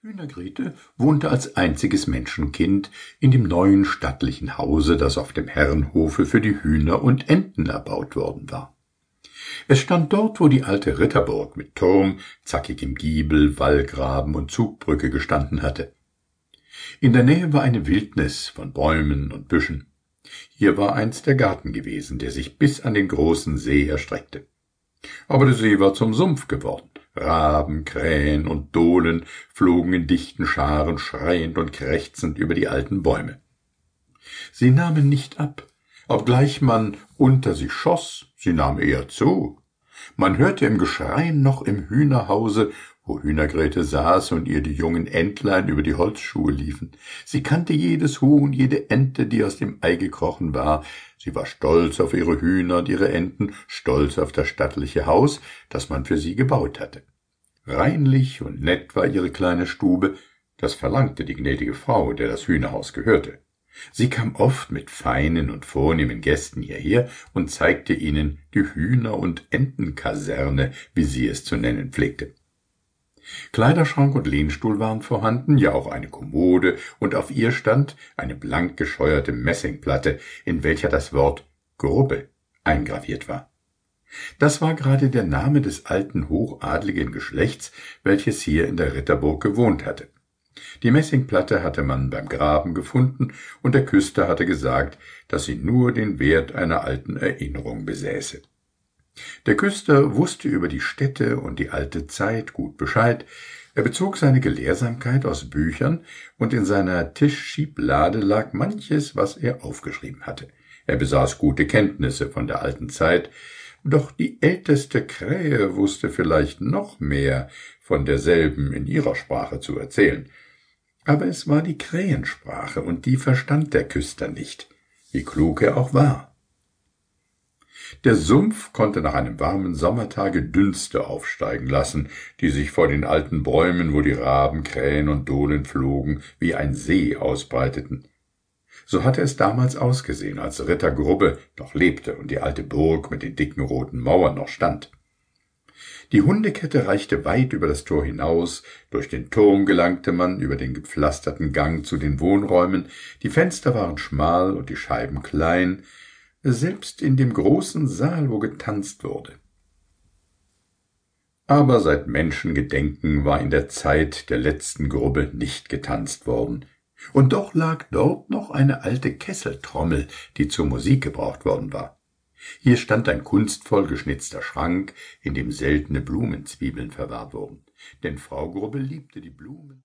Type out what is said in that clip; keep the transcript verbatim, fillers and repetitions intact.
Hühnergrete wohnte als einziges Menschenkind in dem neuen stattlichen Hause, das auf dem Herrenhofe für die Hühner und Enten erbaut worden war. Es stand dort, wo die alte Ritterburg mit Turm, zackigem Giebel, Wallgraben und Zugbrücke gestanden hatte. In der Nähe war eine Wildnis von Bäumen und Büschen. Hier war einst der Garten gewesen, der sich bis an den großen See erstreckte. Aber der See war zum Sumpf geworden. Raben, Krähen und Dohlen flogen in dichten Scharen schreiend und krächzend über die alten Bäume. Sie nahmen nicht ab, obgleich man unter sie schoss, sie nahmen eher zu. Man hörte im Geschrei noch im Hühnerhause, wo Hühnergrete saß und ihr die jungen Entlein über die Holzschuhe liefen. Sie kannte jedes Huhn, jede Ente, die aus dem Ei gekrochen war. Sie war stolz auf ihre Hühner und ihre Enten, stolz auf das stattliche Haus, das man für sie gebaut hatte. Reinlich und nett war ihre kleine Stube, das verlangte die gnädige Frau, der das Hühnerhaus gehörte. Sie kam oft mit feinen und vornehmen Gästen hierher und zeigte ihnen die Hühner- und Entenkaserne, wie sie es zu nennen pflegte. Kleiderschrank und Lehnstuhl waren vorhanden, ja auch eine Kommode, und auf ihr stand eine blank gescheuerte Messingplatte, in welcher das Wort Grubbe eingraviert war. Das war gerade der Name des alten hochadligen Geschlechts, welches hier in der Ritterburg gewohnt hatte. Die Messingplatte hatte man beim Graben gefunden, und der Küster hatte gesagt, dass sie nur den Wert einer alten Erinnerung besäße. Der Küster wusste über die Städte und die alte Zeit gut Bescheid. Er bezog seine Gelehrsamkeit aus Büchern, und in seiner Tischschieblade lag manches, was er aufgeschrieben hatte. Er besaß gute Kenntnisse von der alten Zeit, doch die älteste Krähe wusste vielleicht noch mehr von derselben in ihrer Sprache zu erzählen. Aber es war die Krähensprache, und die verstand der Küster nicht, wie klug er auch war. Der Sumpf konnte nach einem warmen Sommertage Dünste aufsteigen lassen, die sich vor den alten Bäumen, wo die Raben, Krähen und Dohlen flogen, wie ein See ausbreiteten. So hatte es damals ausgesehen, als Ritter Grubbe noch lebte und die alte Burg mit den dicken roten Mauern noch stand. Die Hundekette reichte weit über das Tor hinaus, durch den Turm gelangte man über den gepflasterten Gang zu den Wohnräumen, die Fenster waren schmal und die Scheiben klein, selbst in dem großen Saal, wo getanzt wurde. Aber seit Menschengedenken war in der Zeit der letzten Grubbe nicht getanzt worden, und doch lag dort noch eine alte Kesseltrommel, die zur Musik gebraucht worden war. Hier stand ein kunstvoll geschnitzter Schrank, in dem seltene Blumenzwiebeln verwahrt wurden, denn Frau Grubbe liebte die Blumen.